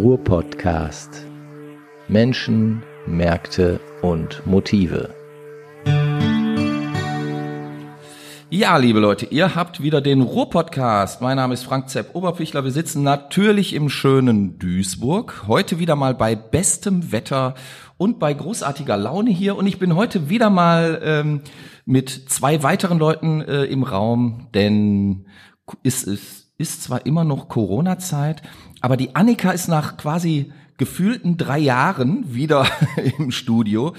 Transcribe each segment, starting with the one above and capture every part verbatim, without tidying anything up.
Ruhr-Podcast. Menschen, Märkte und Motive. Ja, liebe Leute, ihr habt wieder den Ruhr-Podcast. Mein Name ist Frank Zepp Oberpichler. Wir sitzen natürlich im schönen Duisburg. Heute wieder mal bei bestem Wetter und bei großartiger Laune hier. Und ich bin heute wieder mal ähm, mit zwei weiteren Leuten äh, im Raum, denn es ist, ist zwar immer noch Corona-Zeit, aber die Annika ist nach quasi gefühlten drei Jahren wieder im Studio.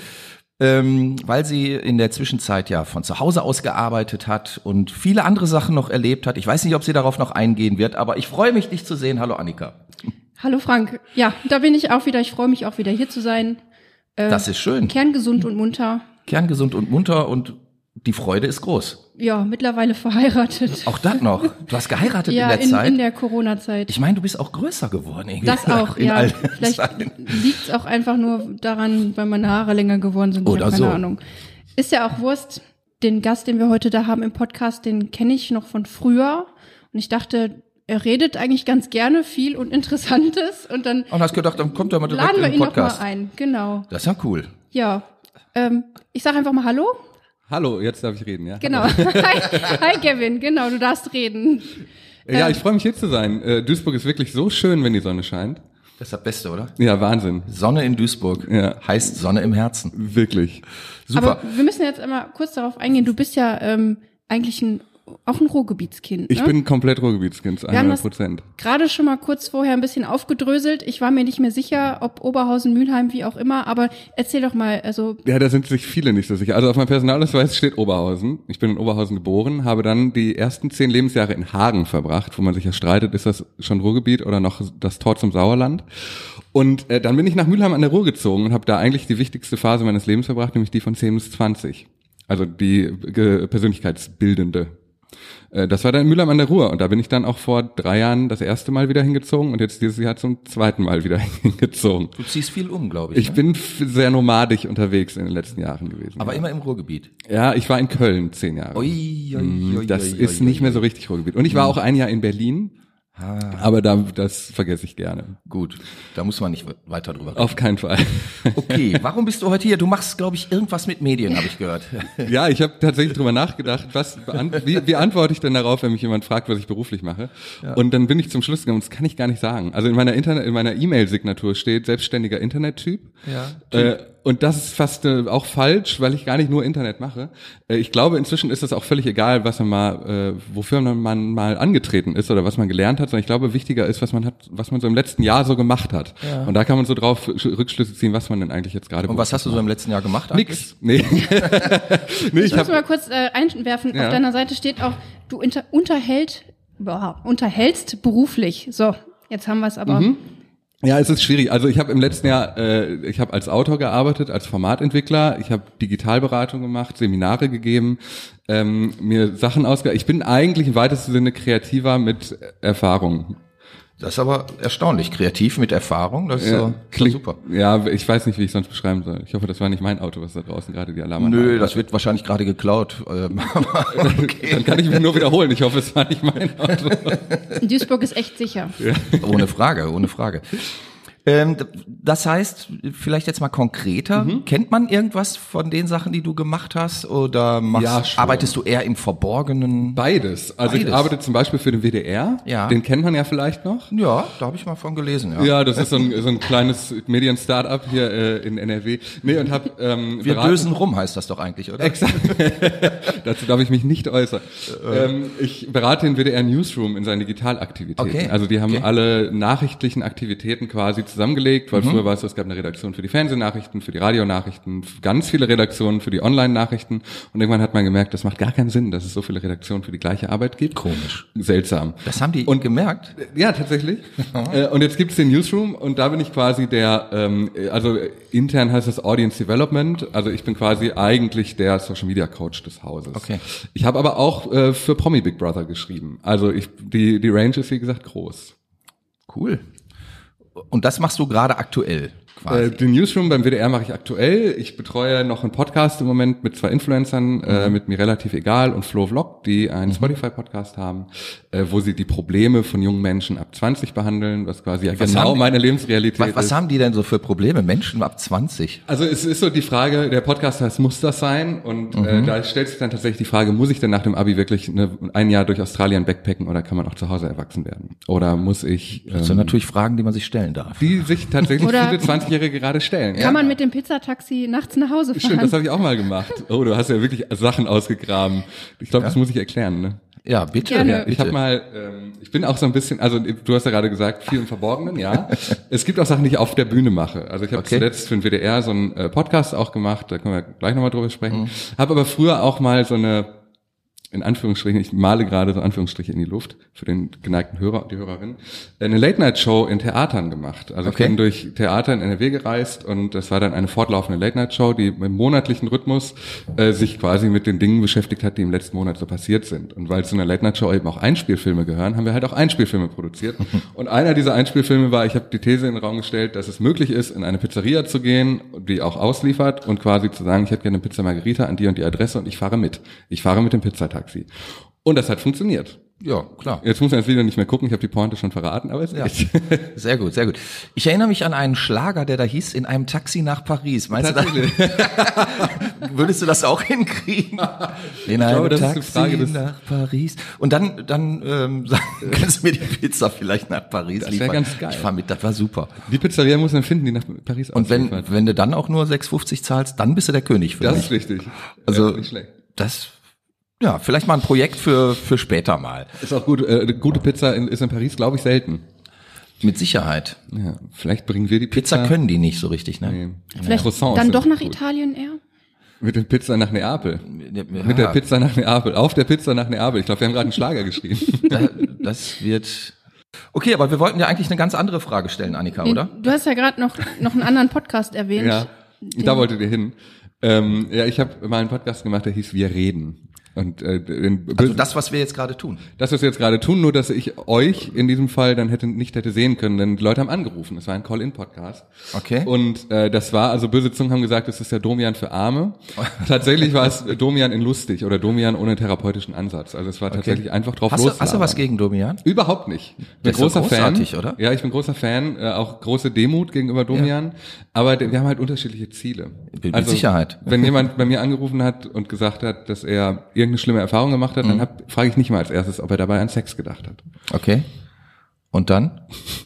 Ähm, weil sie in der Zwischenzeit ja von zu Hause aus gearbeitet hat und viele andere Sachen noch erlebt hat. Ich weiß nicht, ob sie darauf noch eingehen wird, aber ich freue mich, dich zu sehen. Hallo Annika. Hallo Frank. Ja, da bin ich auch wieder. Ich freue mich auch wieder hier zu sein. Äh, das ist schön. Kerngesund und munter. Kerngesund und munter und die Freude ist groß. Ja, mittlerweile verheiratet. Auch das noch? Du hast geheiratet ja, in der in, Zeit? in der Corona-Zeit. Ich meine, du bist auch größer geworden. Irgendwie. Das auch, in ja. Vielleicht liegt es auch einfach nur daran, weil meine Haare länger geworden sind. Oder keine so. Ahnung. Ist ja auch Wurst. Den Gast, den wir heute da haben im Podcast, den kenne ich noch von früher. Und ich dachte, er redet eigentlich ganz gerne viel und Interessantes. Und dann und hast gedacht, dann kommt er mal direkt laden wir in ihn den Podcast. noch mal ein. Genau. Das ist ja cool. Ja. Ähm, ich sage einfach mal Hallo. Hallo, jetzt darf ich reden, ja? Genau. Hi, hi Kevin, genau, du darfst reden. Ja, ich freue mich hier zu sein. Äh, Duisburg ist wirklich so schön, wenn die Sonne scheint. Das ist das Beste, oder? Ja, Wahnsinn. Sonne in Duisburg Ja. heißt Sonne im Herzen. Wirklich. Super. Aber wir müssen jetzt einmal kurz darauf eingehen, du bist ja ähm, eigentlich ein, auch ein Ruhrgebietskind, ne? Ich bin komplett Ruhrgebietskind, Wir haben hundert das Prozent. gerade schon mal kurz vorher ein bisschen aufgedröselt. Ich war mir nicht mehr sicher, ob Oberhausen, Mülheim, wie auch immer, aber erzähl doch mal, also Ja, da sind sich viele nicht so sicher. Also auf meinem Personalausweis steht Oberhausen. Ich bin in Oberhausen geboren, habe dann die ersten zehn Lebensjahre in Hagen verbracht, wo man sich ja streitet, ist das schon Ruhrgebiet oder noch das Tor zum Sauerland. Und äh, dann bin ich nach Mülheim an der Ruhr gezogen und habe da eigentlich die wichtigste Phase meines Lebens verbracht, nämlich die von zehn bis zwanzig. Also die äh, persönlichkeitsbildende. Äh, das war dann in Mülheim an der Ruhr und da bin ich dann auch vor drei Jahren das erste Mal wieder hingezogen und jetzt dieses Jahr zum zweiten Mal wieder hingezogen. Du ziehst viel um, glaube ich. Ich ne? bin f- sehr nomadisch unterwegs in den letzten Jahren gewesen. Aber ja. immer im Ruhrgebiet. Ja, ich war in Köln zehn Jahre. Ui, ui, Mhm, ui, das ui, ist ui, nicht mehr so ui. richtig Ruhrgebiet. Und ich war auch ein Jahr in Berlin, Ah, aber da, das vergesse ich gerne. gut, da muss man nicht weiter drüber reden. Auf keinen Fall. Okay, warum bist du heute hier? Du machst, glaube ich, irgendwas mit Medien, habe ich gehört. Ja, ich habe tatsächlich drüber nachgedacht, was beant- wie, wie antworte ich denn darauf, wenn mich jemand fragt, was ich beruflich mache? Ja. Und dann bin ich zum Schluss gekommen, das kann ich gar nicht sagen. Also in meiner Internet, in meiner E-Mail-Signatur steht selbstständiger Internettyp. Ja. Äh, und das ist fast äh, auch falsch, weil ich gar nicht nur Internet mache. Äh, ich glaube, inzwischen ist es auch völlig egal, was man mal, äh, wofür man mal angetreten ist oder was man gelernt hat, sondern ich glaube, wichtiger ist, was man hat, was man so im letzten Jahr so gemacht hat. Ja. Und da kann man so drauf Rückschlüsse ziehen, was man denn eigentlich jetzt gerade. Und was hast du so im letzten Jahr gemacht? eigentlich? Nix. Nee. nee ich, ich muss hab, mal kurz äh, einwerfen, Ja. auf deiner Seite steht auch, du unter, unterhält, boah, unterhältst beruflich. So, jetzt haben wir es aber. Mhm. Ja, es ist schwierig. Also ich habe im letzten Jahr, äh, ich habe als Autor gearbeitet, als Formatentwickler, ich habe Digitalberatung gemacht, Seminare gegeben, ähm, mir Sachen ausge... Ich bin eigentlich im weitesten Sinne kreativer mit Erfahrung. Das ist aber erstaunlich. Kreativ mit Erfahrung, das ist ja, so, klingt, super. Ja, ich weiß nicht, wie ich sonst beschreiben soll. Ich hoffe, das war nicht mein Auto, was da draußen gerade die Alarmanlage Nö, hat. das wird wahrscheinlich gerade geklaut. Ähm, aber okay. Dann kann ich mich nur wiederholen. Ich hoffe, es war nicht mein Auto. Duisburg ist echt sicher. Ohne Frage, ohne Frage. Ähm, das heißt, vielleicht jetzt mal konkreter, mhm. kennt man irgendwas von den Sachen, die du gemacht hast, oder machst, Ja, schon. arbeitest du eher im Verborgenen? Beides. Also Beides. ich arbeite zum Beispiel für den W D R. Ja. Den kennt man ja vielleicht noch. Ja, da habe ich mal von gelesen. Ja, Ja, das ist so ein, so ein kleines Medien-Startup hier äh, in N R W. Nee, und hab ähm, Wir beraten- dösen rum, heißt das doch eigentlich, oder? Exakt. Dazu darf ich mich nicht äußern. Ähm, ich berate den W D R Newsroom in seinen Digitalaktivitäten. Okay. Also die haben Okay. alle nachrichtlichen Aktivitäten quasi zusammengelegt, weil früher war es so, es gab eine Redaktion für die Fernsehnachrichten, für die Radionachrichten, ganz viele Redaktionen für die Online-Nachrichten und irgendwann hat man gemerkt, das macht gar keinen Sinn, dass es so viele Redaktionen für die gleiche Arbeit gibt. Komisch. Seltsam. Das haben die Und- gemerkt. Ja, tatsächlich. Äh, und jetzt gibt's den Newsroom und da bin ich quasi der, ähm, also äh, intern heißt das Audience Development, also ich bin quasi eigentlich der Social Media Coach des Hauses. Okay. Ich habe aber auch äh, für Promi Big Brother geschrieben. Also ich, die, die Range ist wie gesagt groß. Cool. Und das machst du gerade aktuell? quasi. Äh, den Newsroom beim W D R mache ich aktuell. Ich betreue noch einen Podcast im Moment mit zwei Influencern, mhm. äh, mit mir relativ egal und Flo Vlog, die einen mhm. Spotify-Podcast haben, äh, wo sie die Probleme von jungen Menschen ab zwanzig behandeln, was quasi ja genau haben, meine Lebensrealität was, ist. Was haben die denn so für Probleme? Menschen ab zwanzig? Also es ist so die Frage, der Podcast heißt, muss das sein? Und mhm. äh, da stellt sich dann tatsächlich die Frage, muss ich denn nach dem Abi wirklich eine, ein Jahr durch Australien backpacken oder kann man auch zu Hause erwachsen werden? Oder muss ich... Das sind ähm, natürlich Fragen, die man sich stellen darf. Die sich tatsächlich oder viele zwanzigjährige gerade stellen. Kann ja. man mit dem Pizzataxi nachts nach Hause fahren? Stimmt, das habe ich auch mal gemacht. Oh, du hast ja wirklich Sachen ausgegraben. Ich glaube, ja. das muss ich erklären, ne? Ja, bitte. Gerne. Ja, bitte. Ich habe mal, ähm, ich bin auch so ein bisschen, also du hast ja gerade gesagt, viel im Verborgenen, ja. Es gibt auch Sachen, die ich auf der Bühne mache. Also ich habe okay. zuletzt für den W D R so einen äh, Podcast auch gemacht, da können wir gleich nochmal drüber sprechen. Mhm. Habe aber früher auch mal so eine, in Anführungsstrichen, ich male gerade so Anführungsstriche in die Luft für den geneigten Hörer und die Hörerin, eine Late-Night-Show in Theatern gemacht. Also okay. ich bin durch Theater in N R W gereist und das war dann eine fortlaufende Late-Night-Show, die im monatlichen Rhythmus äh, sich quasi mit den Dingen beschäftigt hat, die im letzten Monat so passiert sind. Und weil zu einer Late-Night-Show eben auch Einspielfilme gehören, haben wir halt auch Einspielfilme produziert. Und einer dieser Einspielfilme war, ich habe die These in den Raum gestellt, dass es möglich ist, in eine Pizzeria zu gehen, die auch ausliefert und quasi zu sagen, ich hätte gerne eine Pizza Margherita an die und die Adresse und ich fahre mit. Ich fahre mit dem Pizzataxi. Und das hat funktioniert. Ja, klar. Jetzt muss man das Video nicht mehr gucken, ich habe die Pointe schon verraten, aber es ist ja. echt. Sehr gut, sehr gut. Ich erinnere mich an einen Schlager, der da hieß, in einem Taxi nach Paris. Meinst du das? Würdest du das auch hinkriegen? In einem glaube, das Taxi ist eine Frage des nach Paris. Und dann, dann ähm, kannst du mir die Pizza vielleicht nach Paris das liefern. Das wäre ganz geil. Ich fahr mit, das war super. Die Pizzeria muss man finden, die nach Paris Und wenn, wenn du dann auch nur sechs fünfzig zahlst, dann bist du der König für das mich. Das ist richtig. Also, ja, nicht schlecht. Das Ja, vielleicht mal ein Projekt für für später mal. Ist auch gut. Äh, gute Pizza in, ist in Paris, glaube ich, selten. Mit Sicherheit. Ja, vielleicht bringen wir die Pizza. Pizza können die nicht so richtig, ne? Nee. Vielleicht ja. dann doch nach gut. Italien eher? Mit der Pizza nach Neapel. Ja. Mit der Pizza nach Neapel. Auf der Pizza nach Neapel. Ich glaube, wir haben gerade einen Schlager geschrieben. Das, das wird... Okay, aber wir wollten ja eigentlich eine ganz andere Frage stellen, Annika, oder? Du hast ja gerade noch noch einen anderen Podcast erwähnt. Ja, da wolltet ihr hin. Ähm, ja, ich habe mal einen Podcast gemacht, der hieß Wir reden. Und äh, den, also das, was wir jetzt gerade tun. Das, was wir jetzt gerade tun, nur dass ich euch in diesem Fall dann hätte nicht hätte sehen können, denn die Leute haben angerufen. Es war ein Call-in-Podcast. Okay. Und äh, das war, also böse Zungen haben gesagt, das ist der Domian für Arme. Tatsächlich war es Domian in lustig oder Domian ohne therapeutischen Ansatz. Also es war tatsächlich okay. einfach drauf hast los. Du, hast du was gegen Domian? Überhaupt nicht. Ich bin großer Fan. Oder? Ja, ich bin großer Fan, äh, auch große Demut gegenüber Domian. Ja. Aber wir haben halt unterschiedliche Ziele. Mit also, Sicherheit. Wenn jemand bei mir angerufen hat und gesagt hat, dass er irgendeine schlimme Erfahrung gemacht hat, dann hab, frage ich nicht mal als erstes, ob er dabei an Sex gedacht hat. Okay. Und dann?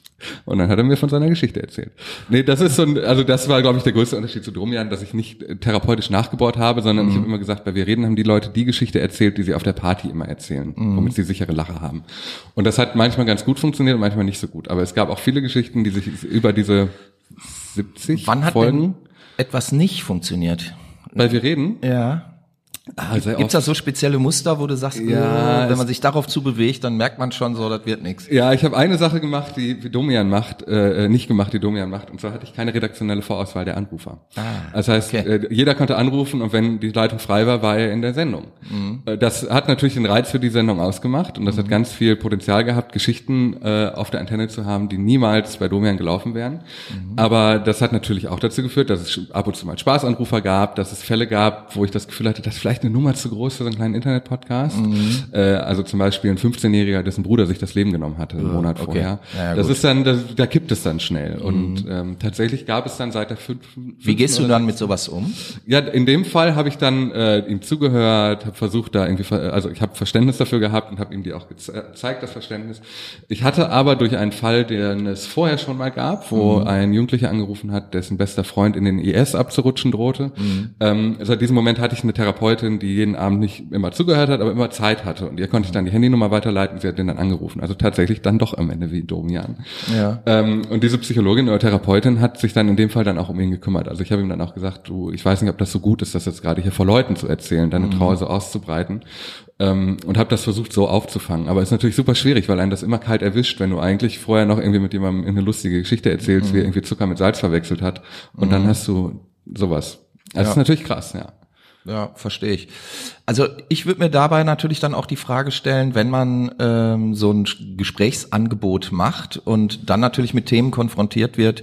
Und dann hat er mir von seiner Geschichte erzählt. Nee, das ist so ein, also das war, glaube ich, der größte Unterschied zu Domian, dass ich nicht therapeutisch nachgebohrt habe, sondern mhm. ich habe immer gesagt, bei Wir reden haben die Leute die Geschichte erzählt, die sie auf der Party immer erzählen, mhm. womit sie sichere Lache haben. Und das hat manchmal ganz gut funktioniert und manchmal nicht so gut. Aber es gab auch viele Geschichten, die sich über diese siebzig Wann hat Folgen denn etwas nicht funktioniert? Bei Wir reden? Ja. Ah, gibt's da so spezielle Muster, wo du sagst, ja, äh, wenn man sich darauf zubewegt, dann merkt man schon so, das wird nichts. Ja, ich habe eine Sache gemacht, die Domian macht, äh, nicht gemacht, die Domian macht. Und zwar hatte ich keine redaktionelle Vorauswahl der Anrufer. Ah, das heißt, okay. äh, jeder konnte anrufen und wenn die Leitung frei war, war er in der Sendung. Mhm. Äh, das hat natürlich den Reiz für die Sendung ausgemacht und das mhm. hat ganz viel Potenzial gehabt, Geschichten äh, auf der Antenne zu haben, die niemals bei Domian gelaufen wären. Mhm. Aber das hat natürlich auch dazu geführt, dass es ab und zu mal Spaßanrufer gab, dass es Fälle gab, wo ich das Gefühl hatte, dass vielleicht eine Nummer zu groß für so einen kleinen Internet-Podcast. Mhm. Äh, also zum Beispiel ein fünfzehnjähriger, dessen Bruder sich das Leben genommen hatte, einen Monat okay. vorher. Ja, das gut. ist dann, das, da kippt es dann schnell. Mhm. Und ähm, tatsächlich gab es dann seit der fünften... Wie gehst du dann mit sowas um? Ja, in dem Fall habe ich dann äh, ihm zugehört, habe versucht da irgendwie, also ich habe Verständnis dafür gehabt und habe ihm die auch gezeigt, das Verständnis. Ich hatte aber durch einen Fall, den es vorher schon mal gab, wo mhm. ein Jugendlicher angerufen hat, dessen bester Freund in den I S abzurutschen drohte. Mhm. Ähm, seit diesem Moment hatte ich eine Therapeutin, die jeden Abend nicht immer zugehört hat, aber immer Zeit hatte. Und ihr konnte ich dann die Handynummer weiterleiten, sie hat den dann angerufen. Also tatsächlich dann doch am Ende wie Domian. Ja. Ähm, und diese Psychologin oder Therapeutin hat sich dann in dem Fall dann auch um ihn gekümmert. Also ich habe ihm dann auch gesagt, du, ich weiß nicht, ob das so gut ist, das jetzt gerade hier vor Leuten zu erzählen, deine mhm. Trauer so auszubreiten. Ähm, und habe das versucht so aufzufangen. Aber es ist natürlich super schwierig, weil einen das immer kalt erwischt, wenn du eigentlich vorher noch irgendwie mit jemandem eine lustige Geschichte erzählst, mhm. wie er irgendwie Zucker mit Salz verwechselt hat. Und mhm. dann hast du sowas. Also ja. Das ist natürlich krass, ja. Ja, verstehe ich. Also ich würde mir dabei natürlich dann auch die Frage stellen, wenn man ähm, so ein Gesprächsangebot macht und dann natürlich mit Themen konfrontiert wird,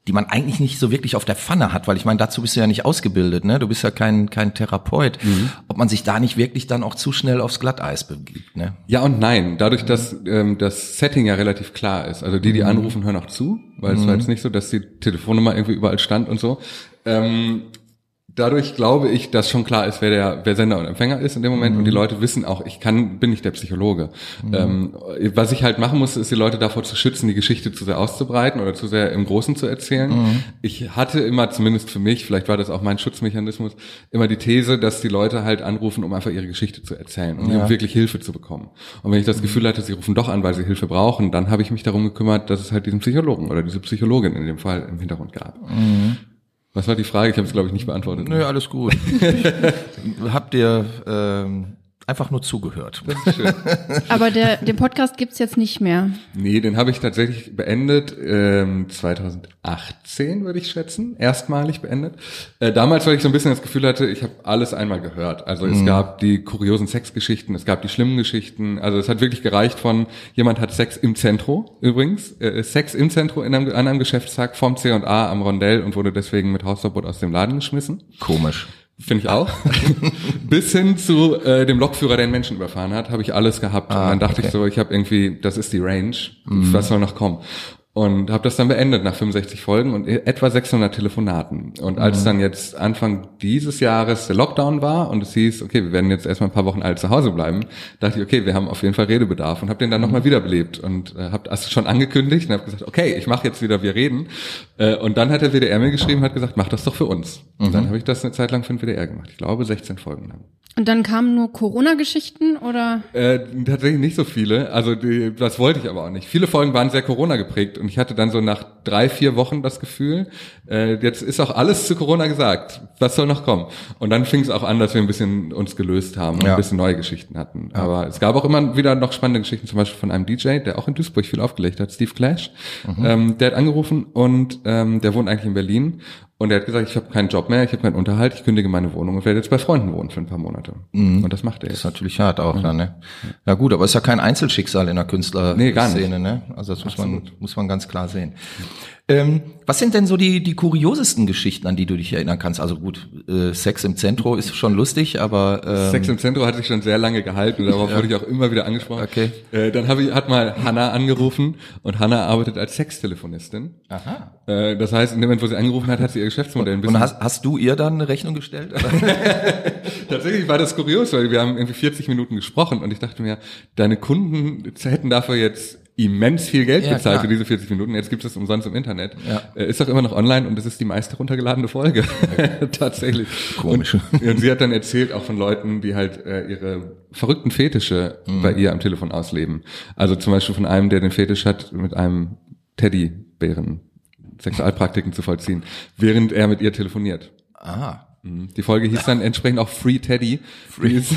die man eigentlich nicht so wirklich auf der Pfanne hat, weil ich meine, dazu bist du ja nicht ausgebildet, ne? Du bist ja kein kein Therapeut. Mhm. Ob man sich da nicht wirklich dann auch zu schnell aufs Glatteis begibt, ne? Ja und nein. Dadurch, dass ähm, das Setting ja relativ klar ist. Also die, die anrufen, hören auch zu, weil mhm. es war jetzt nicht so, dass die Telefonnummer irgendwie überall stand und so. Ähm, Dadurch glaube ich, dass schon klar ist, wer der wer Sender und Empfänger ist in dem Moment, mhm. und die Leute wissen auch, ich kann bin nicht der Psychologe. Mhm. Ähm, was ich halt machen muss, ist die Leute davor zu schützen, die Geschichte zu sehr auszubreiten oder zu sehr im Großen zu erzählen. Mhm. Ich hatte immer, zumindest für mich, vielleicht war das auch mein Schutzmechanismus, immer die These, dass die Leute halt anrufen, um einfach ihre Geschichte zu erzählen und ja. um wirklich Hilfe zu bekommen. Und wenn ich das Gefühl hatte, sie rufen doch an, weil sie Hilfe brauchen, dann habe ich mich darum gekümmert, dass es halt diesen Psychologen oder diese Psychologin in dem Fall im Hintergrund gab. Mhm. Was war die Frage? Ich habe es, glaube ich, nicht beantwortet. Nö, alles gut. Habt ihr ähm, einfach nur zugehört. Das ist schön. Aber der, den Podcast gibt's jetzt nicht mehr. Nee, den habe ich tatsächlich beendet, ähm, zweitausendachtzehn würde ich schätzen, erstmalig beendet. Äh, damals, weil ich so ein bisschen das Gefühl hatte, ich habe alles einmal gehört. Also es mhm. gab die kuriosen Sexgeschichten, es gab die schlimmen Geschichten. Also es hat wirklich gereicht von, jemand hat Sex im Zentro übrigens, äh, Sex im Zentro in einem, an einem Geschäftstag vom C und A am Rondell und wurde deswegen mit Hausverbot aus dem Laden geschmissen. Komisch. Finde ich auch. Bis hin zu äh, dem Lokführer, der einen Menschen überfahren hat, habe ich alles gehabt. Ah, und dann dachte okay. ich so, ich habe irgendwie, das ist die Range, mhm. was soll noch kommen? Und habe das dann beendet nach fünfundsechzig Folgen und etwa sechshundert Telefonaten. Und als mhm. dann jetzt Anfang dieses Jahres der Lockdown war und es hieß, okay, wir werden jetzt erstmal ein paar Wochen alle zu Hause bleiben, dachte ich, okay, wir haben auf jeden Fall Redebedarf und habe den dann mhm. nochmal wiederbelebt und äh, habe das schon angekündigt und habe gesagt, okay, ich mache jetzt wieder, wir reden. Äh, und dann hat der W D R mir geschrieben, hat gesagt, mach das doch für uns. Mhm. Und dann habe ich das eine Zeit lang für den W D R gemacht. Ich glaube, sechzehn Folgen lang. Und dann kamen nur Corona-Geschichten oder? Äh, tatsächlich nicht so viele. Also die, das wollte ich aber auch nicht. Viele Folgen waren sehr Corona geprägt und ich hatte dann so nach drei, vier Wochen das Gefühl, äh, jetzt ist auch alles zu Corona gesagt. Was soll noch kommen? Und dann fing es auch an, dass wir ein bisschen uns gelöst haben und ja. ein bisschen neue Geschichten hatten. Ja. Aber es gab auch immer wieder noch spannende Geschichten, zum Beispiel von einem D J, der auch in Duisburg viel aufgelegt hat, Steve Clash. Mhm. Ähm, der hat angerufen und ähm, der wohnt eigentlich in Berlin. Und er hat gesagt, ich habe keinen Job mehr, ich habe keinen Unterhalt, ich kündige meine Wohnung und werde jetzt bei Freunden wohnen für ein paar Monate. Mhm. Und das macht er jetzt. Das ist natürlich hart auch, mhm. dann, ne? Ja gut, aber es ist ja kein Einzelschicksal in der Künstlerszene, nee, gar nicht. Ne? Also das muss man, muss man ganz klar sehen. Ähm, was sind denn so die die kuriosesten Geschichten, an die du dich erinnern kannst? Also gut, äh, Sex im Zentro ist schon lustig, aber ähm, Sex im Zentro hat sich schon sehr lange gehalten, darauf ja. wurde ich auch immer wieder angesprochen. Okay. Äh, dann habe ich hat mal Hannah angerufen und Hannah arbeitet als Sextelefonistin. Aha. Äh, das heißt, in dem Moment, wo sie angerufen hat, hat sie ihr Geschäftsmodell ein bisschen. Und hast, hast du ihr dann eine Rechnung gestellt? Tatsächlich war das kurios, weil wir haben irgendwie vierzig Minuten gesprochen und ich dachte mir, deine Kunden hätten dafür jetzt immens viel Geld ja, bezahlt klar. für diese vierzig Minuten. Jetzt gibt es das umsonst im Internet. Ja. Äh, ist doch immer noch online und es ist die meist heruntergeladene Folge. Okay. Tatsächlich. Komisch. Und, und sie hat dann erzählt auch von Leuten, die halt äh, ihre verrückten Fetische mhm. bei ihr am Telefon ausleben. Also zum Beispiel von einem, der den Fetisch hat, mit einem Teddybären Sexualpraktiken zu vollziehen, während er mit ihr telefoniert. Ah. Mhm. Die Folge hieß dann entsprechend auch Free Teddy. Free. Die ist,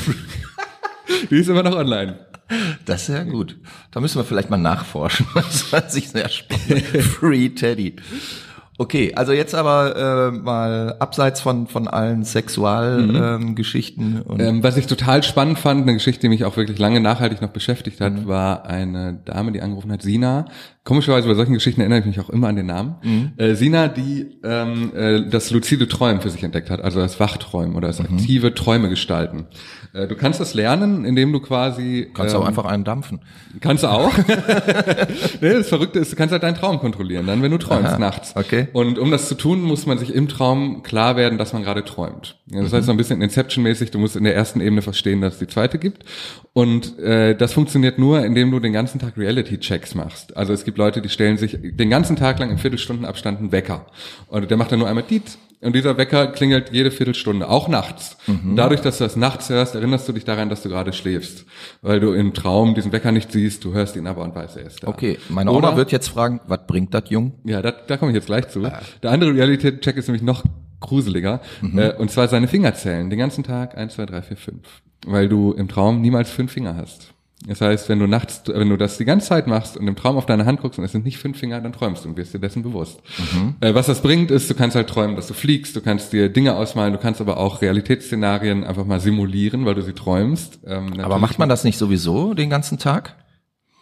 die ist immer noch online. Das ist ja gut. Da müssen wir vielleicht mal nachforschen. Das fand sich sehr spannend. Free Teddy. Okay, also jetzt aber äh, mal abseits von von allen Sexualgeschichten. Mhm. Ähm, ähm, was ich total spannend fand, eine Geschichte, die mich auch wirklich lange nachhaltig noch beschäftigt hat, mhm. war eine Dame, die angerufen hat, Sina. Komischerweise bei solchen Geschichten erinnere ich mich auch immer an den Namen. Mhm. Äh, Sina, die ähm, äh, das luzide Träumen für sich entdeckt hat, also das Wachträumen oder das aktive Träume gestalten. Äh, du kannst das lernen, indem du quasi... Kannst ähm, auch einfach einen dampfen. Kannst du auch. Nee, das Verrückte ist, du kannst halt deinen Traum kontrollieren, dann wenn du träumst. Aha, nachts. Okay. Und um das zu tun, muss man sich im Traum klar werden, dass man gerade träumt. Ja, das mhm. heißt so ein bisschen Inception-mäßig, du musst in der ersten Ebene verstehen, dass es die zweite gibt. Und äh, das funktioniert nur, indem du den ganzen Tag Reality-Checks machst. Also es gibt Leute, die stellen sich den ganzen Tag lang im Viertelstundenabstand einen Wecker. Und der macht dann nur einmal Diet. Und dieser Wecker klingelt jede Viertelstunde, auch nachts. Mhm. Dadurch, dass du das nachts hörst, erinnerst du dich daran, dass du gerade schläfst. Weil du im Traum diesen Wecker nicht siehst, du hörst ihn aber und weißt, er ist da. Okay, meine Oma Oder, wird jetzt fragen, was bringt das, Jung? Ja, da, da komme ich jetzt gleich zu. Ah. Der andere Reality-Check ist nämlich noch gruseliger. Mhm. Äh, und zwar seine Fingerzellen. Den ganzen Tag, eins, zwei, drei, vier, fünf. Weil du im Traum niemals fünf Finger hast. Das heißt, wenn du nachts, wenn du das die ganze Zeit machst und im Traum auf deine Hand guckst und es sind nicht fünf Finger, dann träumst du und wirst dir dessen bewusst. Mhm. Äh, was das bringt, ist, du kannst halt träumen, dass du fliegst, du kannst dir Dinge ausmalen, du kannst aber auch Realitätsszenarien einfach mal simulieren, weil du sie träumst. Ähm, aber macht man das nicht sowieso den ganzen Tag?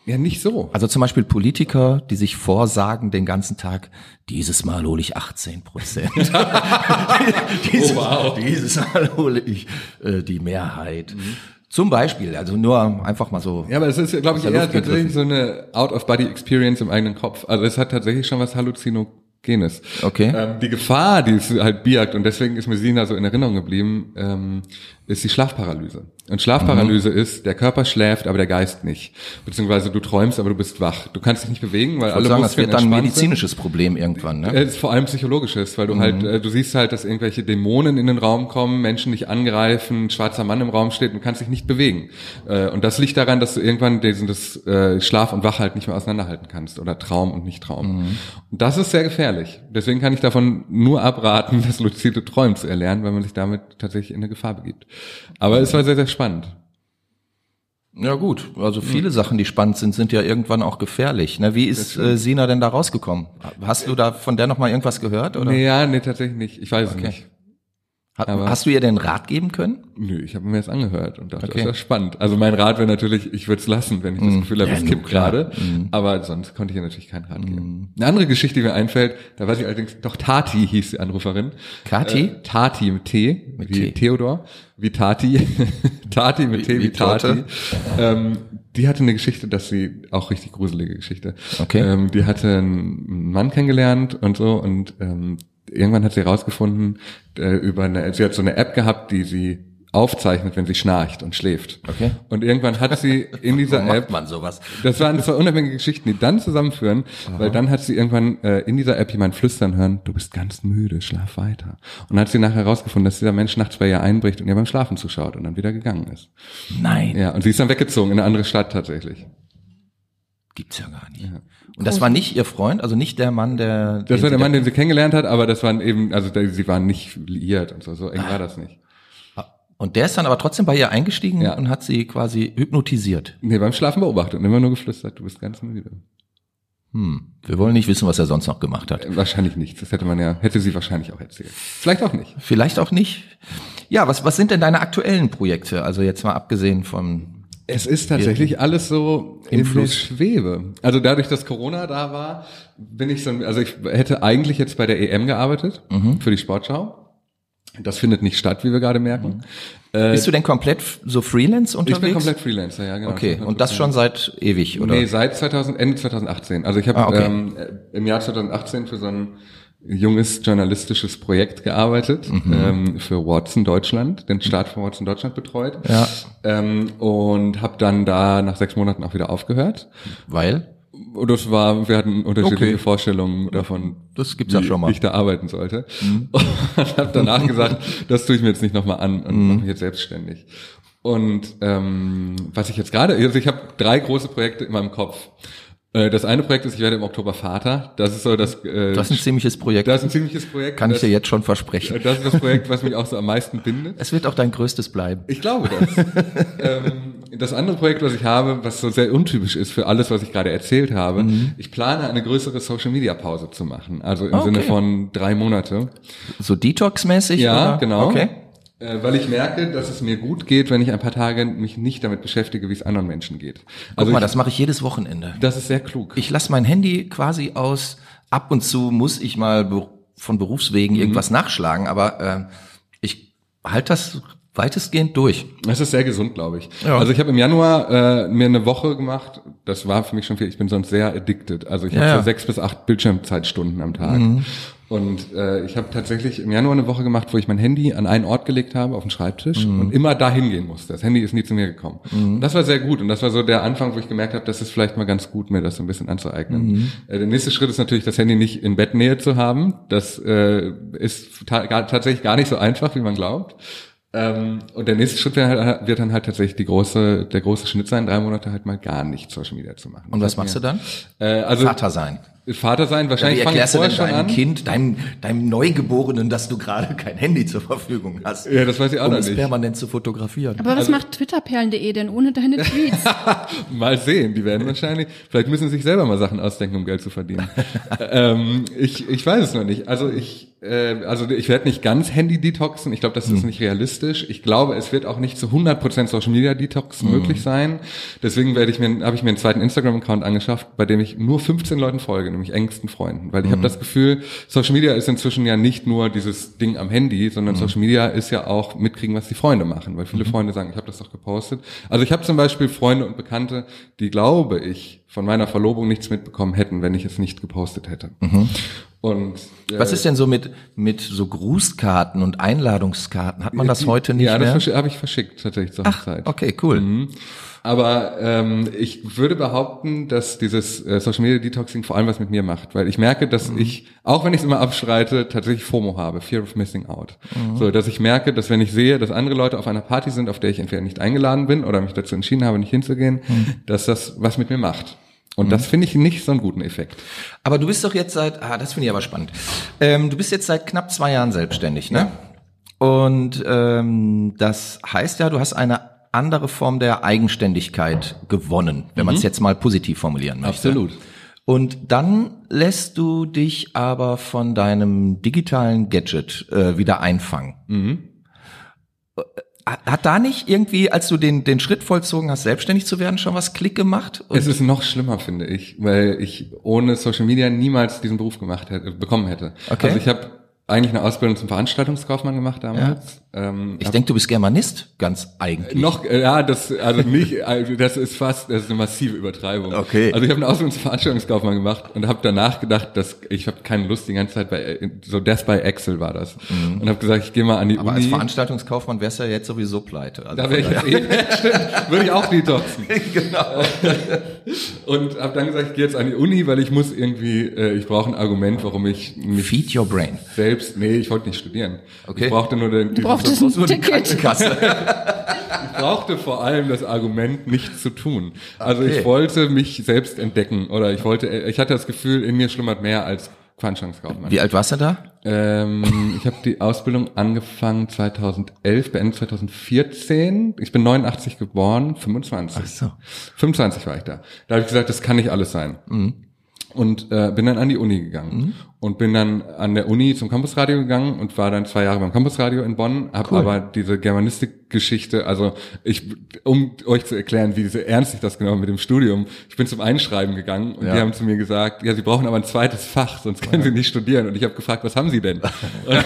Ja, nicht so. Also zum Beispiel Politiker, die sich vorsagen den ganzen Tag, dieses Mal hole ich achtzehn Prozent. dieses, oh, wow. dieses Mal hole ich äh, die Mehrheit. Mhm. Zum Beispiel, also nur einfach mal so. Ja, aber es ist, glaube ich, eher tatsächlich so eine Out-of-Body-Experience im eigenen Kopf. Also es hat tatsächlich schon was Halluzinogenes. Okay. Ähm, die Gefahr, die es halt birgt, und deswegen ist mir Sina so in Erinnerung geblieben, ähm, ist die Schlafparalyse. Und Schlafparalyse mhm. ist, der Körper schläft, aber der Geist nicht. Beziehungsweise du träumst, aber du bist wach. Du kannst dich nicht bewegen, weil ich alle sagen, Muskeln das wird dann ein entspannt medizinisches sind. Problem irgendwann, ne? Es ist vor allem psychologisches, weil du mhm. halt, äh, du siehst halt, dass irgendwelche Dämonen in den Raum kommen, Menschen dich angreifen, ein schwarzer Mann im Raum steht und du kannst dich nicht bewegen. Äh, und das liegt daran, dass du irgendwann diesen, das äh, Schlaf und Wach halt nicht mehr auseinanderhalten kannst oder Traum und Nicht-Traum. Mhm. Und das ist sehr gefährlich. Deswegen kann ich davon nur abraten, das luzide Träumen zu erlernen, weil man sich damit tatsächlich in eine Gefahr begibt. Aber es war sehr, sehr spannend. Ja gut, also viele Sachen, die spannend sind, sind ja irgendwann auch gefährlich. Ne? Wie ist äh, Sina denn da rausgekommen? Hast du da von der noch mal irgendwas gehört? Oder? Nee, ja, nee, tatsächlich nicht. Ich weiß okay. es nicht. Hat, hast du ihr denn Rat geben können? Nö, ich habe mir das angehört und dachte, okay. das ist spannend. Also mein Rat wäre natürlich, ich würde es lassen, wenn ich das Gefühl habe, ja, es kippt gerade. Mm. Aber sonst konnte ich ihr natürlich keinen Rat geben. Mm. Eine andere Geschichte, die mir einfällt, da weiß ich allerdings, doch Tati hieß die Anruferin. Kati? Äh, Tati mit T, mit wie T. Theodor, wie Tati. Tati mit wie, T, wie, wie Tati. Ähm, die hatte eine Geschichte, dass sie, auch richtig gruselige Geschichte. Okay. Ähm, die hatte einen Mann kennengelernt und so und ähm, irgendwann hat sie herausgefunden, äh, über eine, sie hat so eine App gehabt, die sie aufzeichnet, wenn sie schnarcht und schläft. Okay. Und irgendwann hat sie in dieser Warum App, macht man sowas? das waren zwei unabhängige Geschichten, die dann zusammenführen, aha. weil dann hat sie irgendwann äh, in dieser App jemand flüstern hören, du bist ganz müde, schlaf weiter. Und dann hat sie nachher herausgefunden, dass dieser Mensch nachts bei ihr einbricht und ihr beim Schlafen zuschaut und dann wieder gegangen ist. Nein. Ja, und sie ist dann weggezogen in eine andere Stadt tatsächlich. Gibt's ja gar nicht. Ja. Und das war nicht ihr Freund, also nicht der Mann, der... Das war der Mann, den sie kennengelernt hat, aber das waren eben, also sie waren nicht liiert und so, so eng war das nicht. Und der ist dann aber trotzdem bei ihr eingestiegen ja. und hat sie quasi hypnotisiert. Nee, beim Schlafen beobachtet und immer nur geflüstert, du bist ganz müde. Hm. Wir wollen nicht wissen, was er sonst noch gemacht hat. Wahrscheinlich nicht. Das hätte man ja, hätte sie wahrscheinlich auch erzählt. Vielleicht auch nicht. Vielleicht auch nicht. Ja, was, was sind denn deine aktuellen Projekte? Also jetzt mal abgesehen von... Es ist tatsächlich alles so im Fluss Schwebe. Also dadurch, dass Corona da war, bin ich so, also ich hätte eigentlich jetzt bei der E M gearbeitet, mhm. für die Sportschau. Das findet nicht statt, wie wir gerade merken. Mhm. Äh, Bist du denn komplett so Freelance unterwegs? Ich bin komplett Freelancer, ja, genau. Okay, und das schon seit ewig, oder? Nee, seit zweitausend, Ende zweitausendachtzehn. Also ich habe ah, okay. ähm, im Jahr zweitausendachtzehn für so ein junges journalistisches Projekt gearbeitet, mhm. ähm, für Watson Deutschland, den Start von Watson Deutschland betreut. Ja. Ähm, und habe dann da nach sechs Monaten auch wieder aufgehört. Weil? Und das war, wir hatten unterschiedliche okay. Vorstellungen davon, das gibt's ja schon mal. wie ich da arbeiten sollte. Mhm. Und habe danach gesagt, das tue ich mir jetzt nicht nochmal an und mhm. mache mich jetzt selbstständig. Und ähm, was ich jetzt gerade, also ich habe drei große Projekte in meinem Kopf. Das eine Projekt ist, ich werde im Oktober Vater. Das ist so das. Äh, das ist ein ziemliches Projekt. Das ist ein ziemliches Projekt. Kann das, ich dir jetzt schon versprechen. Das ist das Projekt, was mich auch so am meisten bindet. Es wird auch dein größtes bleiben. Ich glaube das. ähm, das andere Projekt, was ich habe, was so sehr untypisch ist für alles, was ich gerade erzählt habe, mhm. ich plane eine größere Social-Media-Pause zu machen. Also im okay. Sinne von drei Monate. So Detox-mäßig? Ja, oder? genau. Okay. Äh, weil ich merke, dass es mir gut geht, wenn ich ein paar Tage mich nicht damit beschäftige, wie es anderen Menschen geht. Also Guck mal, ich, das mache ich jedes Wochenende. Das ist sehr klug. Ich lasse mein Handy quasi aus. Ab und zu muss ich mal be- von Berufswegen mhm. irgendwas nachschlagen, aber äh, ich halte das weitestgehend durch. Das ist sehr gesund, glaube ich. Ja. Also ich habe im Januar äh, mir eine Woche gemacht. Das war für mich schon viel. Ich bin sonst sehr addicted. Also ich ja, habe so ja. sechs bis acht Bildschirmzeitstunden am Tag. Mhm. Und äh, ich habe tatsächlich im Januar eine Woche gemacht, wo ich mein Handy an einen Ort gelegt habe, auf den Schreibtisch mhm. und immer dahin gehen musste. Das Handy ist nie zu mir gekommen. Mhm. Und das war sehr gut. Und das war so der Anfang, wo ich gemerkt habe, das ist vielleicht mal ganz gut, mir das so ein bisschen anzueignen. Mhm. Äh, der nächste Schritt ist natürlich, das Handy nicht in Bettnähe zu haben. Das äh, ist ta- gar, tatsächlich gar nicht so einfach, wie man glaubt. Ähm, und der nächste Schritt wird, halt, wird dann halt tatsächlich die große, der große Schnitt sein, drei Monate halt mal gar nicht Social Media zu machen. Und was machst mir, du dann? Äh, also Vater sein. Vater sein, wahrscheinlich ja, wie erklärst fange ich vorher du denn deinem schon an. Kind, deinem, deinem Neugeborenen, dass du gerade kein Handy zur Verfügung hast? Ja, das weiß ich auch um noch es nicht. permanent zu fotografieren. Aber was also, macht twitterperlen punkt de denn ohne deine Tweets? Mal sehen, die werden wahrscheinlich, vielleicht müssen sie sich selber mal Sachen ausdenken, um Geld zu verdienen. ähm, ich, ich weiß es noch nicht. Also ich, äh, also ich werde nicht ganz Handy-detoxen. Ich glaube, das ist mhm. nicht realistisch. Ich glaube, es wird auch nicht zu hundert Prozent Social-Media-Detox mhm. möglich sein. Deswegen werde ich mir, habe ich mir einen zweiten Instagram-Account angeschafft, bei dem ich nur fünfzehn Leuten folge, nämlich engsten Freunden. Weil ich mhm. habe das Gefühl, Social Media ist inzwischen ja nicht nur dieses Ding am Handy, sondern mhm. Social Media ist ja auch mitkriegen, was die Freunde machen. Weil viele mhm. Freunde sagen, ich habe das doch gepostet. Also ich habe zum Beispiel Freunde und Bekannte, die, glaube ich, von meiner Verlobung nichts mitbekommen hätten, wenn ich es nicht gepostet hätte. Mhm. Und äh, was ist denn so mit mit so Grußkarten und Einladungskarten? Hat man das die, heute nicht ja, mehr? Ja, das habe ich verschickt tatsächlich zur Ach, Hochzeit. Okay, cool. Mhm. Aber ähm, ich würde behaupten, dass dieses äh, Social Media Detoxing vor allem was mit mir macht, weil ich merke, dass mhm. ich, auch wenn ich es immer abstreite, tatsächlich FOMO habe, Fear of Missing Out. Mhm. So, dass ich merke, dass wenn ich sehe, dass andere Leute auf einer Party sind, auf der ich entweder nicht eingeladen bin oder mich dazu entschieden habe, nicht hinzugehen, mhm. dass das was mit mir macht. Und mhm. das finde ich nicht so einen guten Effekt. Aber du bist doch jetzt seit, ah, das finde ich aber spannend. Ähm, du bist jetzt seit knapp zwei Jahren selbstständig, ne? Ja. Und ähm, das heißt ja, du hast eine andere Form der Eigenständigkeit gewonnen, wenn mhm. man es jetzt mal positiv formulieren möchte. Absolut. Und dann lässt du dich aber von deinem digitalen Gadget äh, wieder einfangen. Mhm. Hat da nicht irgendwie, als du den den Schritt vollzogen hast, selbstständig zu werden, schon was Klick gemacht? Und es ist noch schlimmer, finde ich, weil ich ohne Social Media niemals diesen Beruf gemacht hätte, bekommen hätte. Okay. Also ich habe eigentlich eine Ausbildung zum Veranstaltungskaufmann gemacht damals. Ja. Ähm, ich denke, du bist Germanist, ganz eigentlich. Noch, ja, das, also nicht, also das ist fast, das ist eine massive Übertreibung. Okay. Also ich habe eine Ausbildung zum Veranstaltungskaufmann gemacht und habe danach gedacht, dass ich habe keine Lust die ganze Zeit bei, so Death by Excel war das. Mhm. Und habe gesagt, ich gehe mal an die Aber Uni. als Veranstaltungskaufmann wärst du ja jetzt sowieso pleite. Also da wäre ich jetzt eh, stimmt, würde ich auch detoxen. Genau. Und habe dann gesagt, ich gehe jetzt an die Uni, weil ich muss irgendwie, äh, ich brauche ein Argument, warum ich mich Feed your brain. Selbst, nee, ich wollte nicht studieren. Okay. Ich brauchte nur den, du brauchtest ein nur die Ticket. Krankenkasse. Ich brauchte vor allem das Argument, nichts zu tun. Also Okay. ich wollte mich selbst entdecken oder ich wollte, ich hatte das Gefühl, in mir schlummert mehr als Veranstaltungskaufmann. Wie alt warst du da? Ähm, ich habe die Ausbildung angefangen zweitausendelf, beendet zweitausendvierzehn. Ich bin neunundachtzig geboren, fünfundzwanzig. Ach so. fünfundzwanzig war ich da. Da habe ich gesagt, das kann nicht alles sein. Mhm. Und äh, bin dann an die Uni gegangen. Mhm. Und bin dann an der Uni zum Campusradio gegangen und war dann zwei Jahre beim Campusradio in Bonn. Hab Cool. aber diese Germanistik-Geschichte, also ich, um euch zu erklären, wie sehr ernst ich das genau mit dem Studium, ich bin zum Einschreiben gegangen und Ja. die haben zu mir gesagt, ja, Sie brauchen aber ein zweites Fach, sonst können ja. Sie nicht studieren. Und ich habe gefragt, was haben Sie denn? und,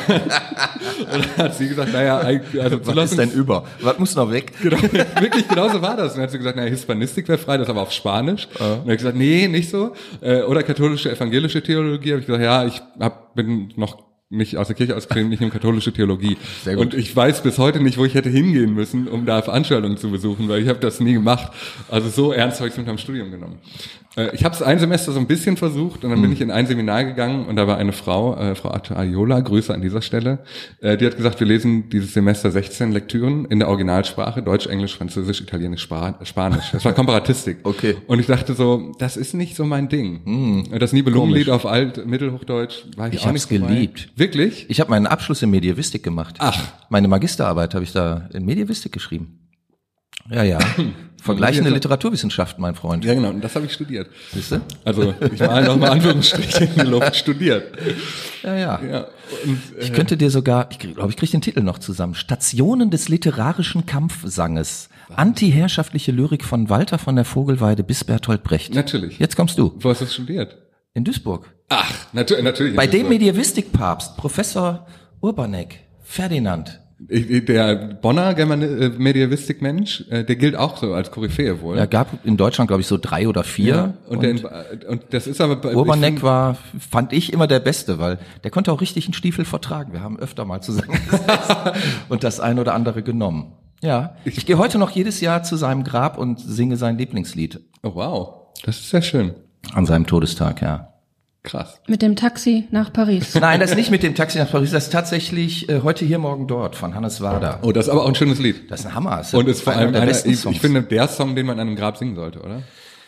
und dann hat sie gesagt, naja, also Was ist denn über? Was muss noch weg? Genau, wirklich genauso war das. Und dann hat sie gesagt, naja, Hispanistik wäre frei, das aber auf Spanisch. Uh. Und dann habe ich gesagt, nee, nicht so. Äh, oder katholische, evangelische Theologie. Habe ich gesagt, ja, ich hab, bin noch nicht aus der Kirche ausgetreten, ich nehme katholische Theologie. Sehr gut. Und ich weiß bis heute nicht, wo ich hätte hingehen müssen, um da Veranstaltungen zu besuchen, weil ich habe das nie gemacht. Also so ernst habe ich es mit meinem Studium genommen. Äh, ich habe es ein Semester so ein bisschen versucht und dann mhm. bin ich in ein Seminar gegangen und da war eine Frau, äh, Frau Ayola, Grüße an dieser Stelle, äh, die hat gesagt, wir lesen dieses Semester sechzehn Lektüren in der Originalsprache, Deutsch, Englisch, Französisch, Italienisch, Spa- Spanisch. Das war Komparatistik. Okay. Und ich dachte so, das ist nicht so mein Ding. Mhm. Das Nibelungenlied auf Alt, Mittelhochdeutsch war ich, Ich auch hab's nicht dabei. geliebt. Wirklich? Ich habe meinen Abschluss in Medievistik gemacht. Ach. Meine Magisterarbeit habe ich da in Medievistik geschrieben. Ja, ja. Vergleichende Literaturwissenschaft, mein Freund. Ja, genau. Und das habe ich studiert. Siehst du? Also, ich mal noch mal Anführungsstriche in die Luft studiert. Ja, ja. Ja. Und, äh, Ich könnte dir sogar, ich glaube, ich kriege den Titel noch zusammen. Stationen des literarischen Kampfsanges. Antiherrschaftliche Lyrik von Walter von der Vogelweide bis Bertolt Brecht. Natürlich. Jetzt kommst du. Wo hast du das studiert? In Duisburg. Ach, natu- natürlich. Bei dem Medievistikpapst, Professor Urbanek, Ferdinand. Ich, der Bonner German äh, Medievistik-Mensch, äh, der gilt auch so als Koryphäe wohl. Er gab in Deutschland, glaube ich, so drei oder vier. Ja, und, und, der, in- und das ist aber bei- Urbanek ich find- war, fand ich immer der Beste, weil der konnte auch richtig einen Stiefel vertragen. Wir haben öfter mal zusammengesessen und das ein oder andere genommen. Ja, ich, ich gehe heute noch jedes Jahr zu seinem Grab und singe sein Lieblingslied. Oh wow, das ist sehr schön. An seinem Todestag, ja. Krass. Mit dem Taxi nach Paris. Nein, das ist nicht mit dem Taxi nach Paris, das ist tatsächlich äh, heute hier, morgen dort von Hannes Wader. Oh, das ist aber auch ein schönes Lied. Das ist ein Hammer. Das Und ist vor allem der einer, besten ich, Songs. ich finde, der Song, den man an einem Grab singen sollte, oder?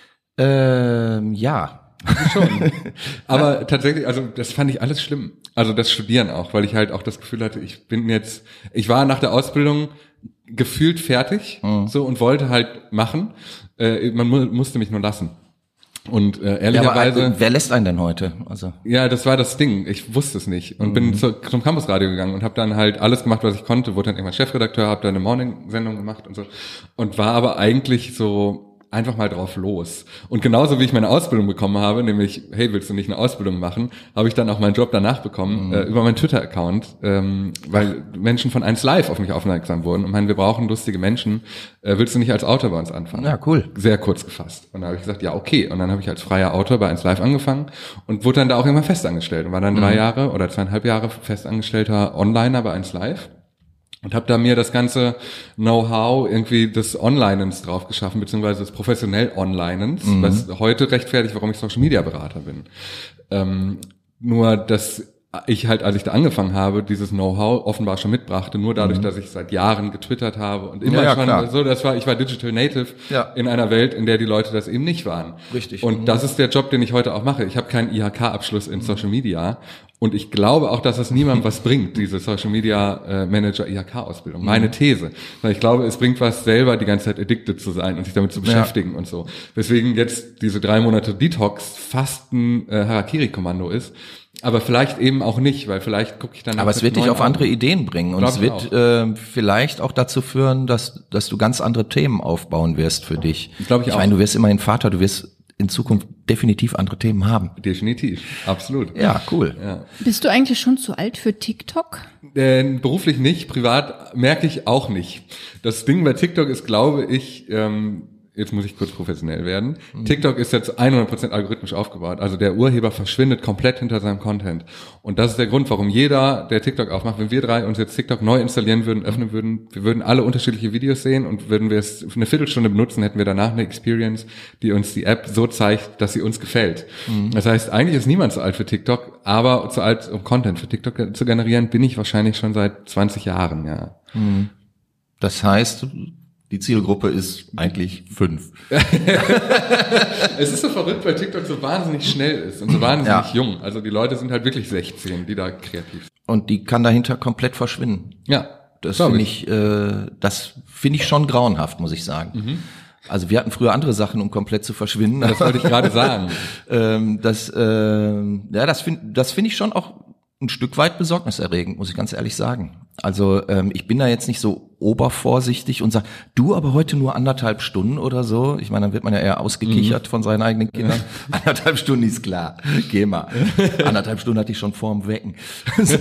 Ähm, ja. Schon. Aber tatsächlich, also das fand ich alles schlimm. Also das Studieren auch, weil ich halt auch das Gefühl hatte, ich bin jetzt, ich war nach der Ausbildung gefühlt fertig, Mhm. so, und wollte halt machen. Äh, man mu- musste mich nur lassen. Und äh, Ja, ehrlicherweise... aber wer lässt einen denn heute? Also Ja, das war das Ding. Ich wusste es nicht und mhm. bin zu, zum Campusradio gegangen und habe dann halt alles gemacht, was ich konnte. Wurde dann irgendwann Chefredakteur, habe da eine Morning-Sendung gemacht und so. Und war aber eigentlich so einfach mal drauf los. Und genauso wie ich meine Ausbildung bekommen habe, nämlich, hey, willst du nicht eine Ausbildung machen, habe ich dann auch meinen Job danach bekommen, mhm. äh, über meinen Twitter-Account, ähm, weil Menschen von eins Live auf mich aufmerksam wurden und meinen, wir brauchen lustige Menschen. Äh, willst du nicht als Autor bei uns anfangen? Ja, cool. Sehr kurz gefasst. Und dann habe ich gesagt, ja, okay. Und dann habe ich als freier Autor bei eins Live angefangen und wurde dann da auch immer festangestellt und war dann mhm. drei Jahre oder zweieinhalb Jahre festangestellter Onliner bei eins Live. Und habe da mir das ganze Know-how irgendwie des Onlinens drauf geschaffen, beziehungsweise des professionell Onlinens, mhm. was heute rechtfertigt, warum ich Social-Media-Berater bin. Ähm, nur, dass ich halt, als ich da angefangen habe, dieses Know-how offenbar schon mitbrachte, nur dadurch, mhm. dass ich seit Jahren getwittert habe und immer ja, ja, schon klar. so, das war, ich war Digital Native ja. in einer Welt, in der die Leute das eben nicht waren. Richtig. Und mhm. das ist der Job, den ich heute auch mache. Ich habe keinen I H K-Abschluss in Social Media. Und ich glaube auch, dass es niemandem was bringt, diese Social Media äh, Manager I H K-Ausbildung. Meine These. Weil ich glaube, es bringt was, selber die ganze Zeit addicted zu sein und sich damit zu beschäftigen ja. und so. Weswegen jetzt diese drei Monate Detox fast ein äh, Harakiri-Kommando ist. Aber vielleicht eben auch nicht, weil vielleicht gucke ich dann... Aber es wird dich auf andere Ideen bringen und es wird äh, vielleicht auch dazu führen, dass dass du ganz andere Themen aufbauen wirst für dich. Glaube ich ich auch. meine, du wirst immerhin Vater, du wirst in Zukunft definitiv andere Themen haben. Definitiv, absolut. Ja, cool. Ja. Bist du eigentlich schon zu alt für TikTok? Äh, beruflich nicht, privat merke ich auch nicht. Das Ding bei TikTok ist, glaube ich, ähm, jetzt muss ich kurz professionell werden. Mhm. TikTok ist jetzt hundert Prozent algorithmisch aufgebaut. Also der Urheber verschwindet komplett hinter seinem Content. Und das ist der Grund, warum jeder, der TikTok aufmacht, wenn wir drei uns jetzt TikTok neu installieren würden, öffnen würden, wir würden alle unterschiedliche Videos sehen und würden wir es für eine Viertelstunde benutzen, hätten wir danach eine Experience, die uns die App so zeigt, dass sie uns gefällt. Mhm. Das heißt, eigentlich ist niemand zu alt für TikTok, aber zu alt, um Content für TikTok zu generieren, bin ich wahrscheinlich schon seit zwanzig Jahren, ja. Mhm. Das heißt, die Zielgruppe ist eigentlich fünf. Es ist so verrückt, weil TikTok so wahnsinnig schnell ist und so wahnsinnig ja. jung. Also die Leute sind halt wirklich sechzehn, die da kreativ sind. Und die kann dahinter komplett verschwinden. Ja. Das finde ich, äh, das finde ich schon grauenhaft, muss ich sagen. Mhm. Also wir hatten früher andere Sachen, um komplett zu verschwinden. Das wollte ich gerade sagen. ähm, das, äh, ja, das finde, das finde ich schon auch ein Stück weit besorgniserregend, muss ich ganz ehrlich sagen. Also ähm, ich bin da jetzt nicht so obervorsichtig und sage, du aber heute nur anderthalb Stunden oder so. Ich meine, dann wird man ja eher ausgekichert mhm. von seinen eigenen Kindern. Ja. Anderthalb Stunden ist klar, geh mal. Anderthalb Stunden hatte ich schon vorm Wecken. So.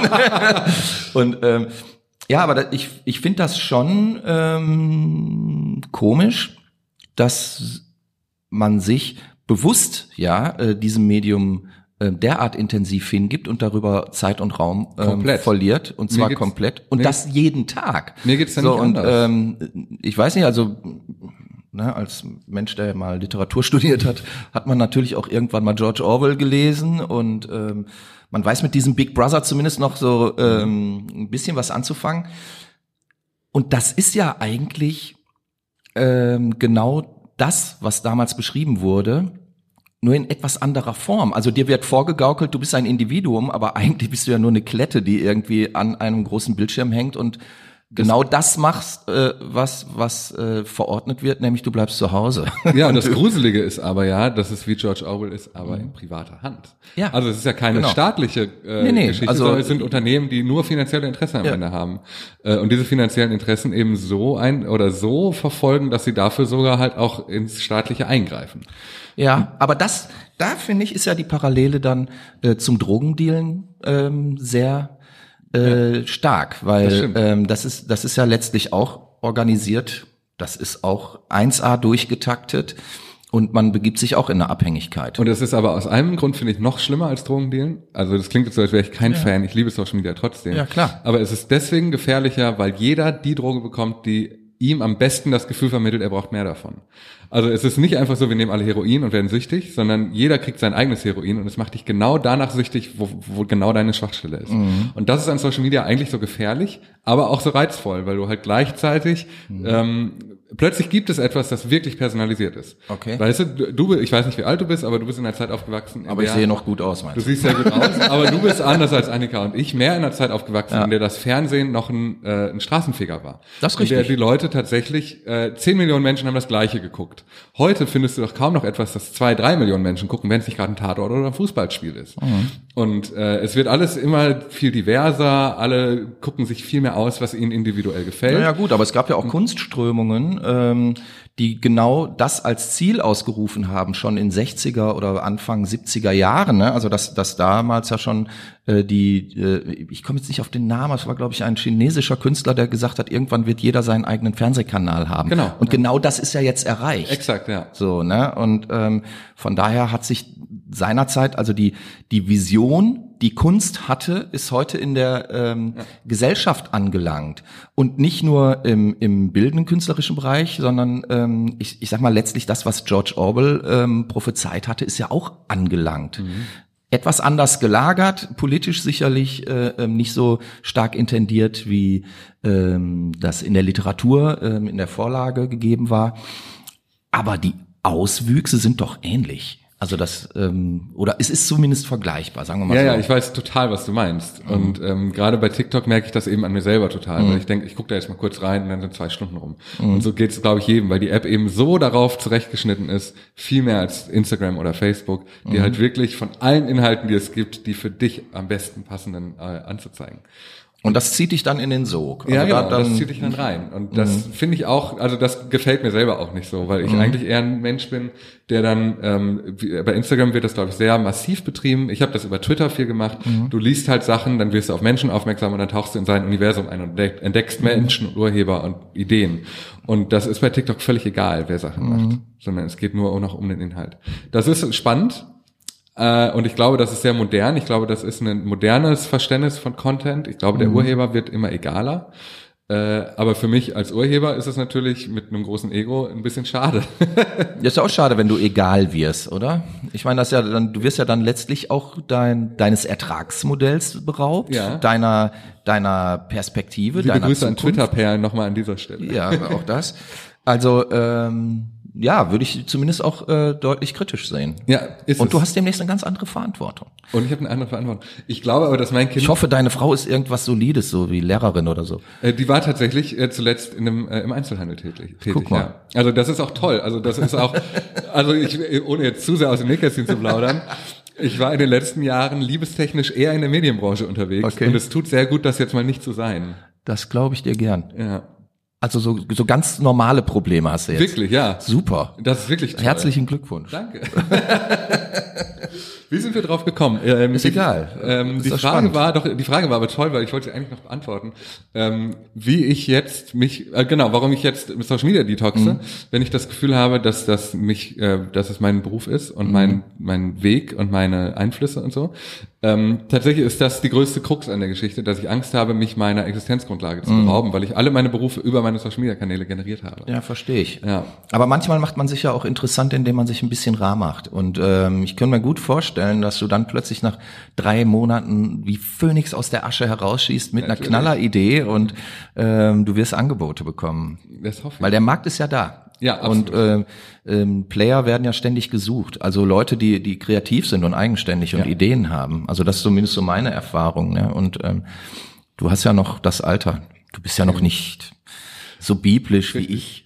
Und ähm, ja, aber da, ich ich finde das schon ähm, komisch, dass man sich bewusst ja äh, diesem Medium derart intensiv hingibt und darüber Zeit und Raum ähm, verliert und zwar komplett und das jeden Tag. Mir geht's dann so, nicht und, anders. Ähm, ich weiß nicht, also ne, als Mensch, der mal Literatur studiert hat, hat man natürlich auch irgendwann mal George Orwell gelesen und ähm, man weiß mit diesem Big Brother zumindest noch so ähm, ein bisschen was anzufangen. Und das ist ja eigentlich ähm, genau das, was damals beschrieben wurde, nur in etwas anderer Form. Also dir wird vorgegaukelt, du bist ein Individuum, aber eigentlich bist du ja nur eine Klette, die irgendwie an einem großen Bildschirm hängt und genau das machst, äh, was was äh, verordnet wird, nämlich du bleibst zu Hause. Ja, und das Gruselige ist aber ja, dass es wie George Orwell ist, aber in privater Hand. Ja. Also es ist ja keine genau. staatliche äh, nee, nee, Geschichte, also, sondern es sind Unternehmen, die nur finanzielle Interessen am ja. Ende haben. Äh, und diese finanziellen Interessen eben so ein oder so verfolgen, dass sie dafür sogar halt auch ins Staatliche eingreifen. Ja, aber das, da finde ich, ist ja die Parallele dann äh, zum Drogendealen ähm, sehr äh, ja. stark, weil das, ähm, das ist, das ist ja letztlich auch organisiert, das ist auch eins A durchgetaktet und man begibt sich auch in eine Abhängigkeit. Und es ist aber aus einem Grund, finde ich, noch schlimmer als Drogendealen. Also das klingt jetzt so, als wäre ich kein ja. Fan, ich liebe Social Media trotzdem. Ja, klar. Aber es ist deswegen gefährlicher, weil jeder die Droge bekommt, die ihm am besten das Gefühl vermittelt, er braucht mehr davon. Also es ist nicht einfach so, wir nehmen alle Heroin und werden süchtig, sondern jeder kriegt sein eigenes Heroin und es macht dich genau danach süchtig, wo, wo genau deine Schwachstelle ist. Mhm. Und das ist an Social Media eigentlich so gefährlich, aber auch so reizvoll, weil du halt gleichzeitig mhm. ähm, plötzlich gibt es etwas, das wirklich personalisiert ist. Okay. Weißt du, du, ich weiß nicht, wie alt du bist, aber du bist in einer Zeit aufgewachsen. Aber ich sehe noch gut aus, meinst du? Du siehst sehr gut aus, aber du bist anders als Annika und ich, mehr in einer Zeit aufgewachsen, ja. in der das Fernsehen noch ein, äh, ein Straßenfeger war. Das ist richtig. In der die Leute tatsächlich, äh, zehn Millionen Menschen haben das Gleiche geguckt. Heute findest du doch kaum noch etwas, das zwei, drei Millionen Menschen gucken, wenn es nicht gerade ein Tatort oder ein Fußballspiel ist. Mhm. Und äh, es wird alles immer viel diverser, alle gucken sich viel mehr aus, was ihnen individuell gefällt. Ja, ja gut, aber es gab ja auch Kunstströmungen, ähm, die genau das als Ziel ausgerufen haben, schon in sechziger oder Anfang siebziger Jahren. Ne? Also dass dass damals ja schon äh, die, äh, ich komme jetzt nicht auf den Namen, es war glaube ich ein chinesischer Künstler, der gesagt hat, irgendwann wird jeder seinen eigenen Fernsehkanal haben. Genau. Und ja. genau das ist ja jetzt erreicht. Exakt, ja. So, ne? Und ähm, von daher hat sich seinerzeit, also die die Vision, die Kunst hatte, ist heute in der ähm, ja. Gesellschaft angelangt. Und nicht nur im, im bildenden künstlerischen Bereich, sondern ähm, ich, ich sag mal letztlich das, was George Orwell ähm, prophezeit hatte, ist ja auch angelangt. Mhm. Etwas anders gelagert, politisch sicherlich äh, nicht so stark intendiert, wie ähm, das in der Literatur, ähm, in der Vorlage gegeben war. Aber die Auswüchse sind doch ähnlich. Also das, ähm, oder es ist zumindest vergleichbar, sagen wir mal ja, so. Ja, ja, ich weiß total, was du meinst. Mhm. Und ähm, gerade bei TikTok merke ich das eben an mir selber total, mhm. weil ich denke, ich gucke da jetzt mal kurz rein und dann sind zwei Stunden rum. Mhm. Und so geht's, glaube ich, jedem, weil die App eben so darauf zurechtgeschnitten ist, viel mehr als Instagram oder Facebook, die mhm. halt wirklich von allen Inhalten, die es gibt, die für dich am besten passenden äh, anzuzeigen. Und das zieht dich dann in den Sog. Also ja, genau, da, dann, das zieht dich dann rein. Und das mhm. finde ich auch, also das gefällt mir selber auch nicht so, weil ich mhm. eigentlich eher ein Mensch bin, der dann, ähm, bei Instagram wird das, glaube ich, sehr massiv betrieben. Ich habe das über Twitter viel gemacht. Mhm. Du liest halt Sachen, dann wirst du auf Menschen aufmerksam und dann tauchst du in sein Universum ein und entdeckst mhm. Menschen, Urheber und Ideen. Und das ist bei TikTok völlig egal, wer Sachen mhm. macht, sondern es geht nur noch um den Inhalt. Das ist spannend. Und ich glaube, das ist sehr modern. Ich glaube, das ist ein modernes Verständnis von Content. Ich glaube, der mhm. Urheber wird immer egaler. Aber für mich als Urheber ist es natürlich mit einem großen Ego ein bisschen schade. Das ist ja auch schade, wenn du egal wirst, oder? Ich meine, das ja dann, du wirst ja dann letztlich auch dein, deines Ertragsmodells beraubt, ja. deiner, deiner Perspektive, Liebe deiner Grüße Zukunft. an Twitter-Perlen nochmal an dieser Stelle. Ja, auch das. Also, ähm, ja, würde ich zumindest auch äh, deutlich kritisch sehen. Ja, ist Und es. du hast demnächst eine ganz andere Verantwortung. Und ich habe eine andere Verantwortung. Ich glaube aber, dass mein Kind... Ich hoffe, deine Frau ist irgendwas Solides, so wie Lehrerin oder so. Äh, die war tatsächlich äh, zuletzt in einem, äh, im Einzelhandel tätig. tätig Guck mal. Ja. Also das ist auch toll. Also das ist auch... also ich, ohne jetzt zu sehr aus dem Nähkästchen zu plaudern... Ich war in den letzten Jahren liebestechnisch eher in der Medienbranche unterwegs. Okay. Und es tut sehr gut, das jetzt mal nicht zu sein. Das glaube ich dir gern. Ja. Also so, so ganz normale Probleme hast du jetzt. Wirklich, ja. Super. Das ist wirklich toll. Herzlichen Glückwunsch. Danke. Wie sind wir drauf gekommen? Ähm, ist die, egal. Ähm, ist die Frage spannend. war doch, die Frage war aber toll, weil ich wollte sie eigentlich noch beantworten. Ähm, wie ich jetzt mich, äh, genau, warum ich jetzt mit Social Media detoxe, mhm. wenn ich das Gefühl habe, dass das mich, äh, dass es mein Beruf ist und mhm. mein mein Weg und meine Einflüsse und so. Ähm, tatsächlich ist das die größte Krux an der Geschichte, dass ich Angst habe, mich meiner Existenzgrundlage zu berauben, mhm. weil ich alle meine Berufe über meine Social Media Kanäle generiert habe. Ja, verstehe ich. Ja. Aber manchmal macht man sich ja auch interessant, indem man sich ein bisschen rar macht. Und ähm, ich kann mir gut vorstellen, dass du dann plötzlich nach drei Monaten wie Phönix aus der Asche herausschießt mit Natürlich. einer Knalleridee und ähm, du wirst Angebote bekommen. Das hoffe ich. Weil der Markt ist ja da. Ja, absolut. Und äh, ähm, Player werden ja ständig gesucht. Also Leute, die die kreativ sind und eigenständig und ja. Ideen haben. Also das ist zumindest so meine Erfahrung. Ne? Und ähm, du hast ja noch das Alter. Du bist ja noch nicht so biblisch wie ich.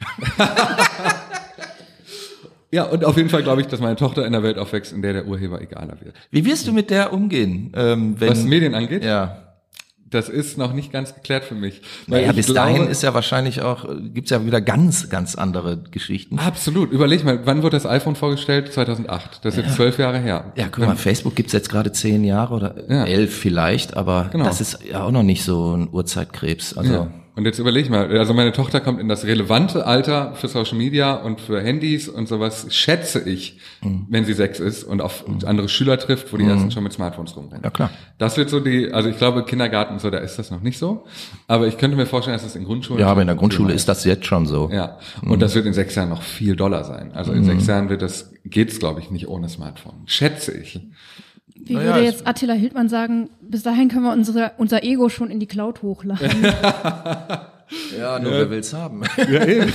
Ja, und auf jeden Fall glaube ich, dass meine Tochter in einer Welt aufwächst, in der der Urheber egaler wird. Wie wirst du mit der umgehen? Ähm, wenn, Was Medien angeht? Ja. Das ist noch nicht ganz geklärt für mich. Naja, bis glaube, dahin ist ja wahrscheinlich auch, gibt's ja wieder ganz, ganz andere Geschichten. Absolut. Überleg mal, wann wurde das iPhone vorgestellt? zweitausendacht. Das ist ja. jetzt zwölf Jahre her. Ja, guck mal, Facebook gibt's jetzt gerade zehn Jahre oder ja. elf vielleicht, aber genau. das ist ja auch noch nicht so ein Urzeitkrebs. Also ja. Und jetzt überleg mal, also meine Tochter kommt in das relevante Alter für Social Media und für Handys und sowas, schätze ich, mhm. wenn sie sechs ist und auf mhm. andere Schüler trifft, wo die mhm. ersten schon mit Smartphones rumrennen. Ja, klar. Das wird so die, also ich glaube Kindergarten und so, da ist das noch nicht so, aber ich könnte mir vorstellen, dass das in Grundschulen... Ja, aber in der Grundschule ist das jetzt schon so. Ja, und mhm. das wird in sechs Jahren noch viel doller sein. Also in mhm. sechs Jahren wird das, geht's glaube ich nicht ohne Smartphone, schätze ich. Wie naja, würde jetzt Attila Hildmann sagen, bis dahin können wir unsere, unser Ego schon in die Cloud hochladen. Ja, nur Ja. wer will's haben. Ja, eben.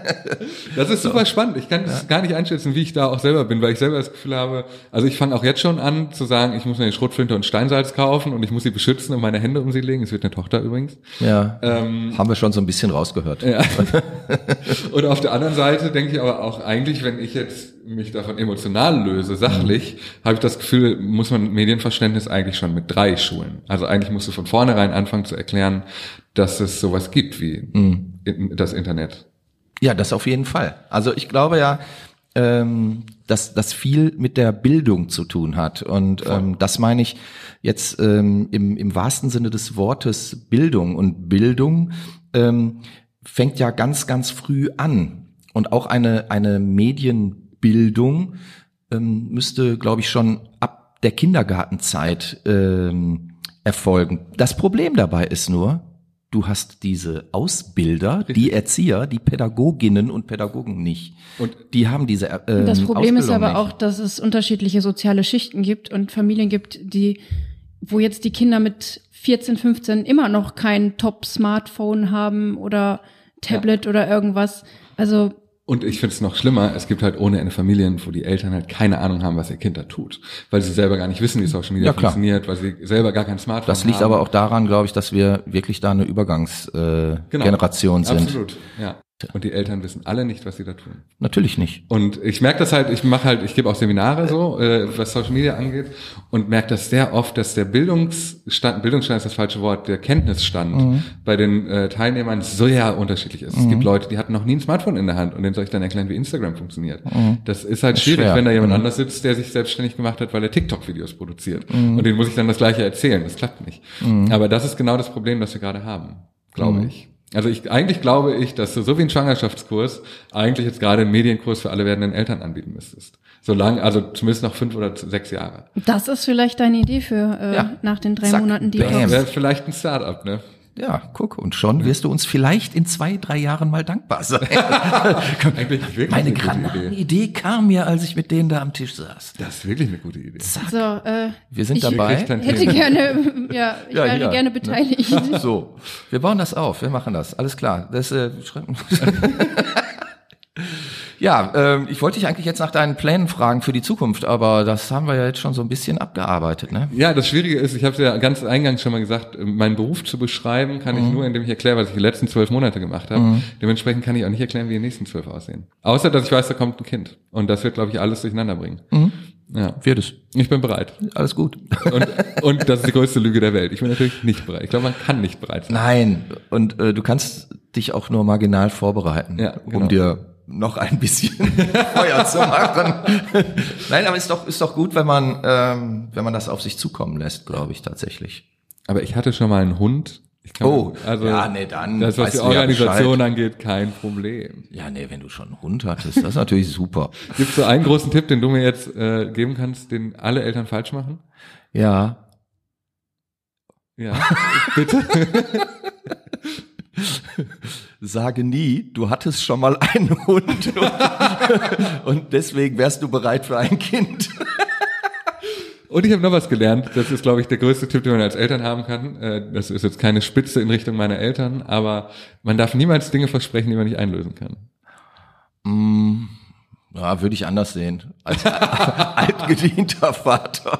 Das ist super spannend. Ich kann das gar nicht einschätzen, wie ich da auch selber bin, weil ich selber das Gefühl habe, also ich fange auch jetzt schon an zu sagen, ich muss mir eine Schrotflinte und Steinsalz kaufen und ich muss sie beschützen und meine Hände um sie legen. Es wird eine Tochter übrigens. Ja, Ähm, haben wir schon so ein bisschen rausgehört. Ja. Und auf der anderen Seite denke ich aber auch eigentlich, wenn ich jetzt mich davon emotional löse, sachlich, mhm. habe ich das Gefühl, muss man Medienverständnis eigentlich schon mit drei schulen. Also eigentlich musst du von vornherein anfangen zu erklären, dass es sowas gibt wie mhm. das Internet. Ja, das auf jeden Fall. Also ich glaube ja, ähm, dass das viel mit der Bildung zu tun hat. Und ähm, das meine ich jetzt ähm, im, im wahrsten Sinne des Wortes Bildung. Und Bildung ähm, fängt ja ganz, ganz früh an. Und auch eine, eine Medienbildung ähm, müsste, glaube ich, schon ab der Kindergartenzeit ähm, erfolgen. Das Problem dabei ist nur, du hast diese Ausbilder, Richtig. die Erzieher, die Pädagoginnen und Pädagogen nicht. Und die haben diese ähm, Das Problem Ausbildung ist aber nicht. auch, dass es unterschiedliche soziale Schichten gibt und Familien gibt, die, wo jetzt die Kinder mit vierzehn, fünfzehn immer noch kein Top-Smartphone haben oder Tablet ja. oder irgendwas. Also Und ich finde es noch schlimmer, es gibt halt ohne Ende Familien, wo die Eltern halt keine Ahnung haben, was ihr Kind da tut. Weil sie selber gar nicht wissen, wie Social Media ja, funktioniert, weil sie selber gar kein Smartphone haben. Das liegt haben. aber auch daran, glaube ich, dass wir wirklich da eine Übergangsgeneration äh, genau. sind. Absolut, ja. Und die Eltern wissen alle nicht, was sie da tun. Natürlich nicht. Und ich merke das halt, ich mache halt, ich gebe auch Seminare so, äh, was Social Media angeht und merke das sehr oft, dass der Bildungsstand, Bildungsstand ist das falsche Wort, der Kenntnisstand mhm. bei den äh, Teilnehmern so ja unterschiedlich ist. Mhm. Es gibt Leute, die hatten noch nie ein Smartphone in der Hand und denen soll ich dann erklären, wie Instagram funktioniert. Mhm. Das ist halt das schwierig, schwer. wenn da jemand mhm. anders sitzt, der sich selbstständig gemacht hat, weil er TikTok-Videos produziert. Mhm. Und den muss ich dann das Gleiche erzählen. Das klappt nicht. Mhm. Aber das ist genau das Problem, das wir gerade haben, glaube mhm. ich. Also ich eigentlich glaube ich, dass du so wie ein Schwangerschaftskurs eigentlich jetzt gerade einen Medienkurs für alle werdenden Eltern anbieten müsstest. Solange, also zumindest noch fünf oder sechs Jahre. Das ist vielleicht deine Idee für äh, ja. nach den drei Zack, Monaten Detox. Das wäre vielleicht ein Start-up, ne? Ja, guck, und schon wirst du uns vielleicht in zwei, drei Jahren mal dankbar sein. Eigentlich wirklich Meine eine gute Idee. Idee kam mir, als ich mit denen da am Tisch saß. Das ist wirklich eine gute Idee. So, äh, wir sind ich dabei. hätte gerne, ja, ich ja, wäre ja. gerne beteiligt. So, wir bauen das auf, wir machen das, alles klar. Das, äh, Ja, ähm, ich wollte dich eigentlich jetzt nach deinen Plänen fragen für die Zukunft, aber das haben wir ja jetzt schon so ein bisschen abgearbeitet, ne? Ja, das Schwierige ist, ich habe es ja ganz eingangs schon mal gesagt, meinen Beruf zu beschreiben kann mhm. ich nur, indem ich erkläre, was ich die letzten zwölf Monate gemacht habe. Mhm. Dementsprechend kann ich auch nicht erklären, wie die nächsten zwölf aussehen. Außer, dass ich weiß, da kommt ein Kind. Und das wird, glaube ich, alles durcheinander bringen. Mhm. Ja. Wird es. Ich bin bereit. Alles gut. Und, und das ist die größte Lüge der Welt. Ich bin natürlich nicht bereit. Ich glaube, man kann nicht bereit sein. Nein. Und äh, du kannst dich auch nur marginal vorbereiten, ja, genau. um dir noch ein bisschen Feuer zu machen. Nein, aber ist doch ist doch gut, wenn man ähm, wenn man das auf sich zukommen lässt, glaube ich tatsächlich. Aber ich hatte schon mal einen Hund. Ich kann oh, also ja, nee, dann das, was die Organisation ja angeht, kein Problem. Ja, nee, wenn du schon einen Hund hattest, das ist natürlich super. Gibt es so einen großen Tipp, den du mir jetzt äh, geben kannst, den alle Eltern falsch machen? Ja. Ja, bitte. Sage nie, du hattest schon mal einen Hund und, und deswegen wärst du bereit für ein Kind. Und ich habe noch was gelernt, das ist, glaube ich, der größte Tipp, den man als Eltern haben kann. Das ist jetzt keine Spitze in Richtung meiner Eltern, aber man darf niemals Dinge versprechen, die man nicht einlösen kann. Mm, ja, würde ich anders sehen. Als altgedienter Vater.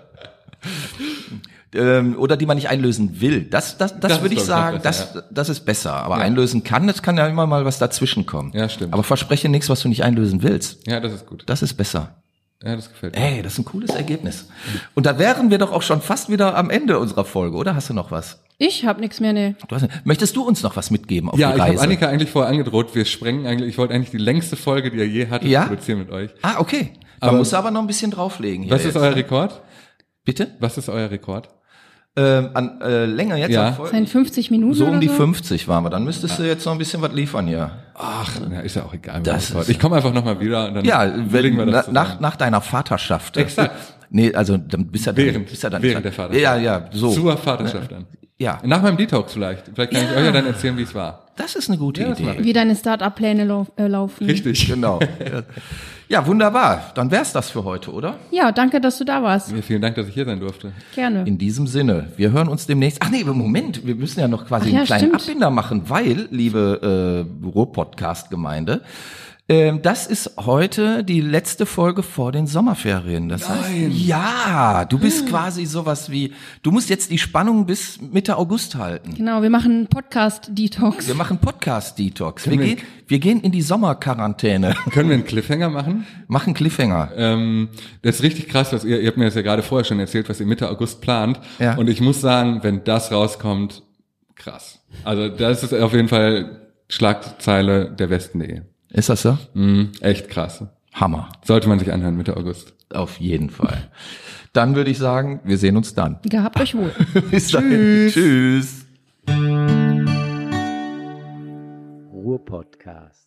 Oder die man nicht einlösen will. Das, das, das, das würde ich sagen, besser, das, ja. das ist besser. Aber ja. einlösen kann, das kann ja immer mal was dazwischen kommen. Ja, stimmt. Aber verspreche nichts, was du nicht einlösen willst. Ja, das ist gut. Das ist besser. Ja, das gefällt mir. Ey, das ist ein cooles Ergebnis. Und da wären wir doch auch schon fast wieder am Ende unserer Folge, oder? Hast du noch was? Ich habe nichts mehr, ne. Du hast nicht. Möchtest du uns noch was mitgeben auf ja, die Reise? Ja, ich habe Annika eigentlich vorher angedroht, wir sprengen eigentlich, ich wollte eigentlich die längste Folge, die ihr je hattet, ja? produzieren mit euch. Ah, okay. Man aber, muss aber noch ein bisschen drauflegen hier. Was ist jetzt. euer Rekord? Bitte? Was ist euer Rekord? Ähm, an äh, Länge jetzt? Ja. Das sind fünfzig Minuten So um die so? fünfzig waren wir. Dann müsstest du jetzt noch ein bisschen was liefern hier. Ach, na, ist ja auch egal. Das ist ich komme einfach nochmal wieder und dann ja, wenn, wir das na, nach, nach deiner Vaterschaft. Exakt. Nee, also dann bist du ja dann, während, bist ja dann während der Vaterschaft. Ja, ja, so. Zur Vaterschaft dann. Ja. Nach meinem Detox vielleicht. Vielleicht kann ja. ich euch ja dann erzählen, wie es war. Das ist eine gute ja, Idee. Wie deine Start-up-Pläne lau- äh, laufen. Richtig. Genau. Ja, wunderbar. Dann wär's das für heute, oder? Ja, danke, dass du da warst. Ja, vielen Dank, dass ich hier sein durfte. Gerne. In diesem Sinne, wir hören uns demnächst. Ach nee, Moment, wir müssen ja noch quasi Ach ja, einen kleinen stimmt. Abbinder machen, weil, liebe äh, Ruhr-Podcast-Gemeinde, ähm, das ist heute die letzte Folge vor den Sommerferien. Das heißt, ja, du bist quasi sowas wie, du musst jetzt die Spannung bis Mitte August halten. Genau, wir machen Podcast-Detox. Wir machen Podcast-Detox. Wir Können wir- gehen, wir gehen in die Sommerquarantäne. Können wir einen Cliffhanger machen? Machen Cliffhanger. Ähm, das ist richtig krass, was ihr, ihr habt mir das ja gerade vorher schon erzählt, was ihr Mitte August plant. Ja. Und ich muss sagen, wenn das rauskommt, krass. Also das ist auf jeden Fall Schlagzeile der Westen.de. Ist das so? Mhm, echt krass. Hammer. Sollte man sich anhören, Mitte August. Auf jeden Fall. Dann würde ich sagen, wir sehen uns dann. Gehabt euch wohl. Bis dahin. Tschüss. Ruhr-Podcast.